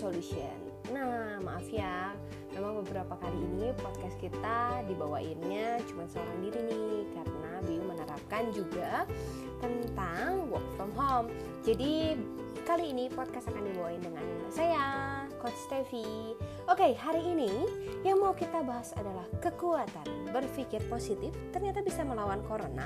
solution. Nah, maaf ya, memang beberapa kali ini podcast kita dibawainnya cuma seorang diri nih, karena Biu menerapkan juga tentang work from home. Jadi kali ini podcast akan dibawain dengan saya, Coach Steffi. Oke, hari ini yang mau kita bahas adalah kekuatan berpikir positif ternyata bisa melawan corona.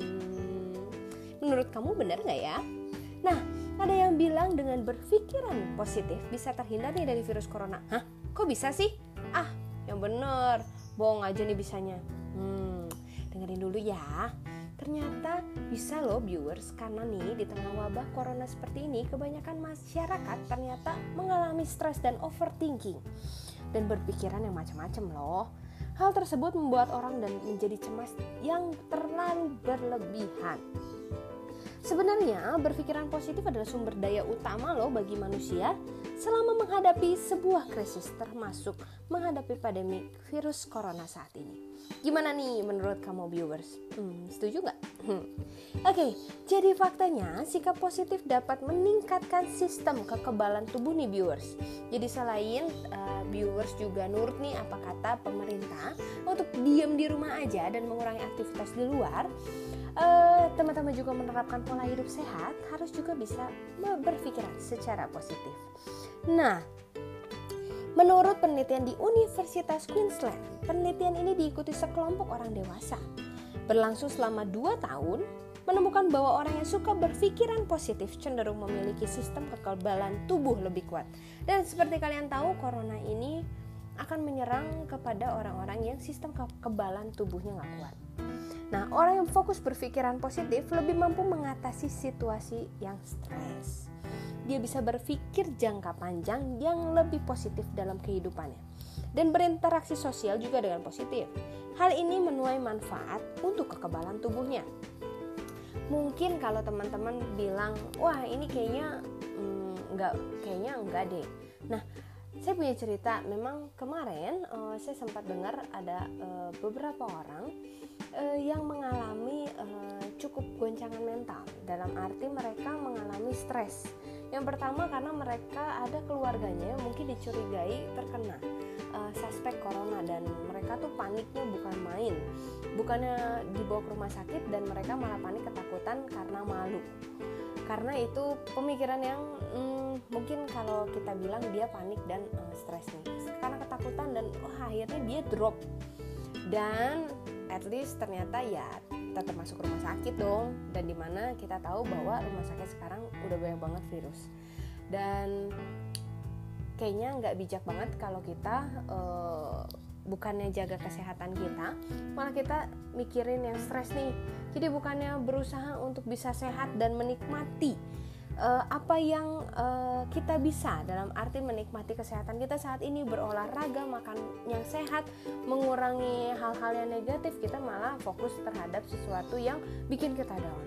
Menurut kamu benar nggak ya? Nah, ada yang bilang dengan berpikiran positif bisa terhindar nih dari virus corona. Hah? Kok bisa sih? Yang bener, bohong aja nih bisanya. Dengerin dulu ya. Ternyata bisa loh viewers, karena nih di tengah wabah corona seperti ini kebanyakan masyarakat ternyata mengalami stres dan overthinking dan berpikiran yang macam-macam loh. Hal tersebut membuat orang dan menjadi cemas yang terlalu berlebihan. Sebenarnya berpikiran positif adalah sumber daya utama loh bagi manusia selama menghadapi sebuah krisis, termasuk menghadapi pandemi virus corona saat ini. Gimana nih menurut kamu viewers? Setuju nggak? Oke, jadi faktanya sikap positif dapat meningkatkan sistem kekebalan tubuh nih viewers. Jadi selain viewers juga nurut nih apa kata pemerintah untuk diam di rumah aja dan mengurangi aktivitas di luar, teman-teman juga menerapkan pola hidup sehat, harus juga bisa berpikiran secara positif. Nah, menurut penelitian di Universitas Queensland, penelitian ini diikuti sekelompok orang dewasa. Berlangsung selama 2 tahun, menemukan bahwa orang yang suka berpikiran positif cenderung memiliki sistem kekebalan tubuh lebih kuat. Dan seperti kalian tahu, corona ini akan menyerang kepada orang-orang yang sistem kekebalan tubuhnya gak kuat. Nah, orang yang fokus berpikiran positif lebih mampu mengatasi situasi yang stres. Dia bisa berpikir jangka panjang yang lebih positif dalam kehidupannya dan berinteraksi sosial juga dengan positif. Hal ini menuai manfaat untuk kekebalan tubuhnya. Mungkin kalau teman-teman bilang, wah ini kayaknya enggak deh. Nah, saya punya cerita. Memang kemarin saya sempat dengar ada beberapa orang yang mengalami cukup goncangan mental. Dalam arti mereka mengalami stres. Yang pertama karena mereka ada keluarganya yang mungkin dicurigai terkena suspek corona, dan mereka tuh paniknya bukan main. Bukannya dibawa ke rumah sakit dan mereka malah panik ketakutan karena malu. Karena itu pemikiran yang mungkin kalau kita bilang dia panik dan stres nih. Karena ketakutan dan akhirnya dia drop. Dan at least ternyata ya tetap masuk rumah sakit dong, dan dimana kita tahu bahwa rumah sakit sekarang udah banyak banget virus, dan kayaknya nggak bijak banget kalau kita bukannya jaga kesehatan kita, malah kita mikirin yang stres nih. Jadi bukannya berusaha untuk bisa sehat dan menikmati apa yang kita bisa, dalam arti menikmati kesehatan kita saat ini, berolahraga, makan yang sehat, mengurangi hal-hal yang negatif, kita malah fokus terhadap sesuatu yang bikin kita down.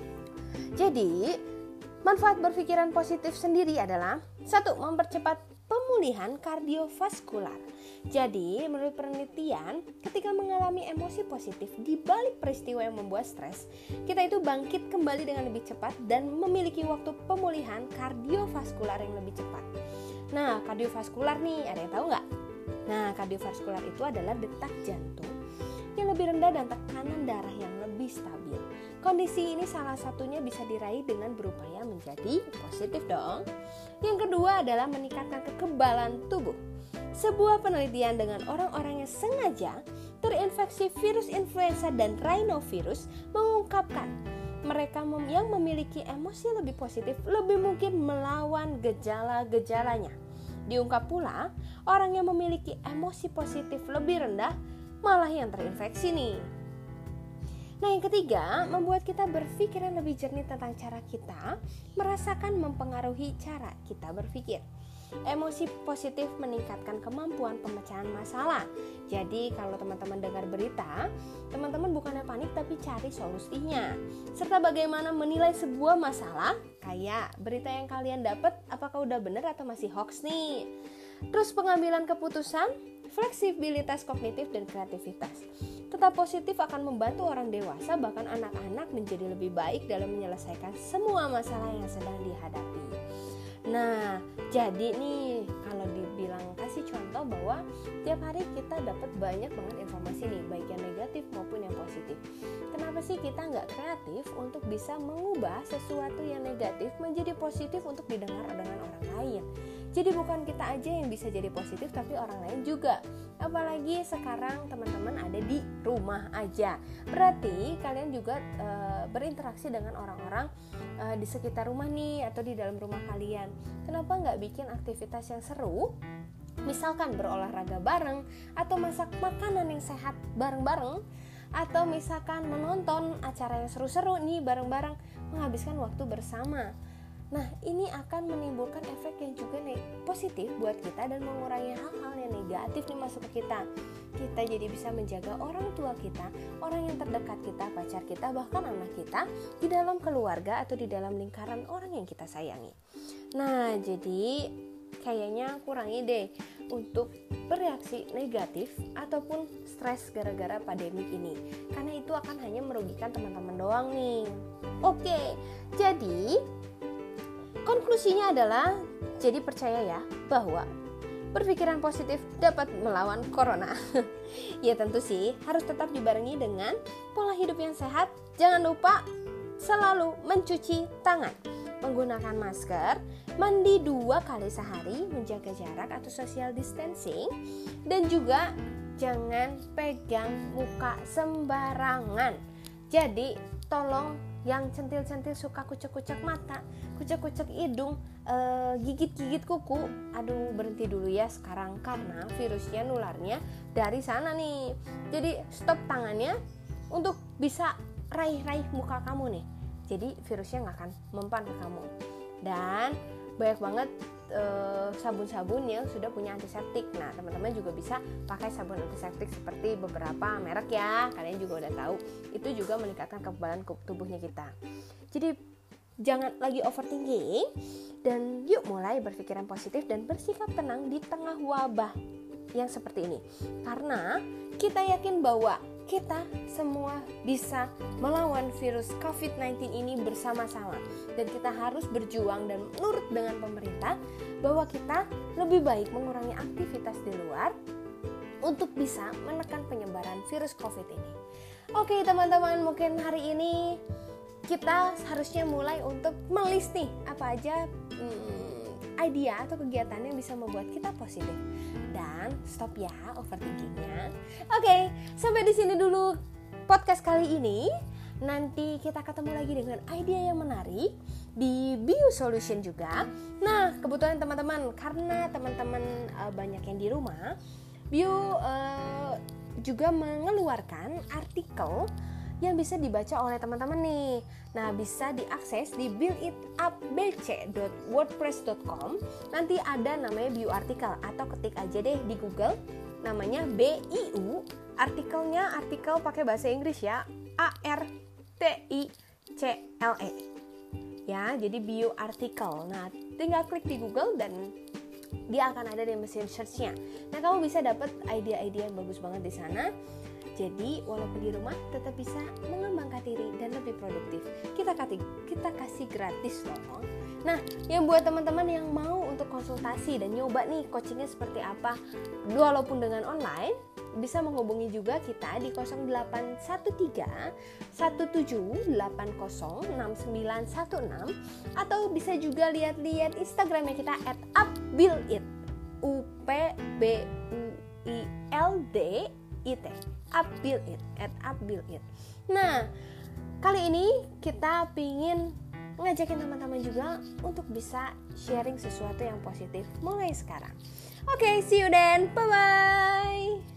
Jadi manfaat berpikiran positif sendiri adalah 1. Mempercepat pemulihan kardiovaskular. Jadi, menurut penelitian, ketika mengalami emosi positif di balik peristiwa yang membuat stres, kita itu bangkit kembali dengan lebih cepat dan memiliki waktu pemulihan kardiovaskular yang lebih cepat. Nah, kardiovaskular nih, ada yang tahu nggak? Nah, kardiovaskular itu adalah detak jantung yang lebih rendah dan tekanan darah yang lebih stabil. Kondisi ini salah satunya bisa diraih dengan berupaya menjadi positif dong. Yang kedua adalah meningkatkan kekebalan tubuh. Sebuah penelitian dengan orang-orang yang sengaja terinfeksi virus influenza dan rhinovirus mengungkapkan mereka yang memiliki emosi lebih positif lebih mungkin melawan gejala-gejalanya. Diungkap pula, orang yang memiliki emosi positif lebih rendah malah yang terinfeksi nih. Nah, yang ketiga, membuat kita berpikiran lebih jernih tentang cara kita merasakan mempengaruhi cara kita berpikir. Emosi positif meningkatkan kemampuan pemecahan masalah. Jadi kalau teman-teman dengar berita, teman-teman bukannya panik tapi cari solusinya. Serta bagaimana menilai sebuah masalah, kayak berita yang kalian dapat apakah udah benar atau masih hoax nih. Terus pengambilan keputusan, fleksibilitas kognitif dan kreativitas. Tetap positif akan membantu orang dewasa bahkan anak-anak menjadi lebih baik dalam menyelesaikan semua masalah yang sedang dihadapi. Nah, jadi nih kalau dibilang kasih contoh bahwa tiap hari kita dapat banyak banget informasi nih, baik yang negatif maupun yang positif. Kenapa sih kita nggak kreatif untuk bisa mengubah sesuatu yang negatif menjadi positif untuk didengar dengan orang lain? Jadi bukan kita aja yang bisa jadi positif, tapi orang lain juga. Apalagi sekarang teman-teman ada di rumah aja. Berarti kalian juga berinteraksi dengan orang-orang di sekitar rumah nih atau di dalam rumah kalian. Kenapa nggak bikin aktivitas yang seru? Misalkan berolahraga bareng atau masak makanan yang sehat bareng-bareng, atau misalkan menonton acara yang seru-seru nih bareng-bareng, menghabiskan waktu bersama. Nah, ini akan menimbulkan efek yang juga positif buat kita dan mengurangi hal-hal yang negatif nih masuk ke kita. Kita jadi bisa menjaga orang tua kita, orang yang terdekat kita, pacar kita, bahkan anak kita di dalam keluarga atau di dalam lingkaran orang yang kita sayangi. Nah, jadi kayaknya kurangi deh untuk bereaksi negatif ataupun stres gara-gara pandemik ini, karena itu akan hanya merugikan teman-teman doang nih. Oke, jadi konklusinya adalah, jadi percaya ya bahwa berpikiran positif dapat melawan corona. Ya tentu sih harus tetap dibarengi dengan pola hidup yang sehat. Jangan lupa selalu mencuci tangan, menggunakan masker, mandi 2 kali sehari, menjaga jarak atau social distancing, dan juga jangan pegang muka sembarangan. Jadi tolong yang centil-centil suka kucek-kucek mata, kucek-kucek hidung, gigit-gigit kuku, aduh berhenti dulu ya sekarang, karena virusnya nularnya dari sana nih. Jadi stop tangannya untuk bisa raih-raih muka kamu nih, jadi virusnya gak akan mempan ke kamu. Dan banyak banget sabun-sabun yang sudah punya antiseptik. Nah, teman-teman juga bisa pakai sabun antiseptik seperti beberapa merek ya. Kalian juga udah tahu. Itu juga meningkatkan kekebalan tubuhnya kita. Jadi jangan lagi overthinking dan yuk mulai berpikiran positif dan bersikap tenang di tengah wabah yang seperti ini. Karena kita yakin bahwa kita semua bisa melawan virus COVID-19 ini bersama-sama, dan kita harus berjuang dan nurut dengan pemerintah bahwa kita lebih baik mengurangi aktivitas di luar untuk bisa menekan penyebaran virus COVID ini. Oke teman-teman, mungkin hari ini kita harusnya mulai untuk melis nih apa aja idea atau kegiatan yang bisa membuat kita positif. Dan stop ya overthinkingnya. Oke, sampai di sini dulu podcast kali ini. Nanti kita ketemu lagi dengan ide yang menarik di Bio Solution juga. Nah, kebetulan teman-teman, karena teman-teman banyak yang di rumah, Bio juga mengeluarkan artikel yang bisa dibaca oleh teman-teman nih. Nah, bisa diakses di builditupbc.wordpress.com. Nanti ada namanya Bio artikel, atau ketik aja deh di Google namanya BIU. Artikelnya artikel pakai bahasa Inggris ya, ARTICLE. Ya, jadi Bio artikel. Nah, tinggal klik di Google dan dia akan ada di mesin search-nya. Nah, kamu bisa dapat ide-ide yang bagus banget di sana. Jadi walaupun di rumah tetap bisa mengembangkan diri dan lebih produktif. Kita kasih gratis loh. Nah, yang buat teman-teman yang mau untuk konsultasi dan nyoba nih coachingnya seperti apa, walaupun dengan online, bisa menghubungi juga kita di 0813 17806916, atau bisa juga lihat Instagramnya kita @upbuildit, UPBUILDIT, upbuildit. Nah, kali ini kita pingin ngajakin teman-teman juga untuk bisa sharing sesuatu yang positif mulai sekarang. Oke, see you then. Bye-bye.